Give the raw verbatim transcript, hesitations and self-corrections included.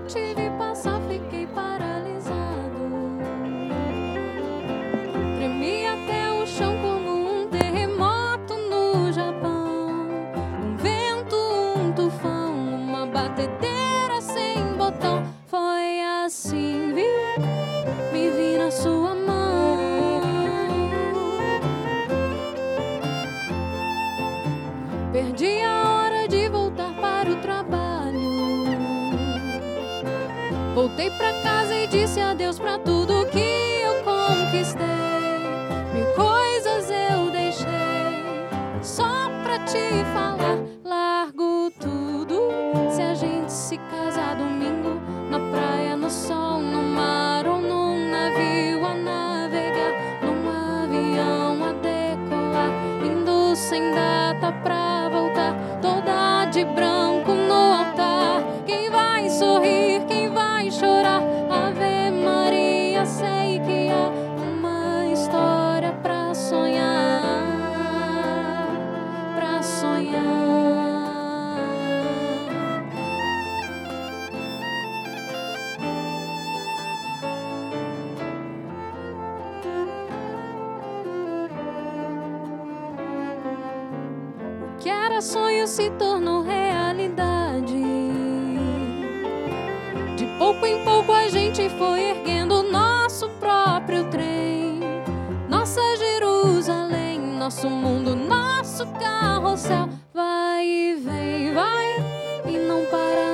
te vi passar, fiquei paralisado. Tremi até o chão como um terremoto no Japão. Um vento, um tufão, uma batedeira sem botão. Foi assim, viu? Me vi na sua mão. Perdi a hora de voltar para o trabalho. Voltei pra casa e disse adeus pra tudo que eu conquistei. Mil coisas eu deixei só pra te falar. Largo tudo se a gente se casar domingo, na praia, no sol, no mar ou num navio a navegar, num avião a decolar, indo sem data pra voltar, toda de branco no altar. Quem vai sorrir, quem vai chorar? Ave Maria, sei que há uma história pra sonhar, pra sonhar. O que era sonho se tornou realidade. De pouco em pouco a gente foi erguendo o nosso próprio trem, nossa Jerusalém, nosso mundo, nosso carrossel. Vai e vem, vai e não para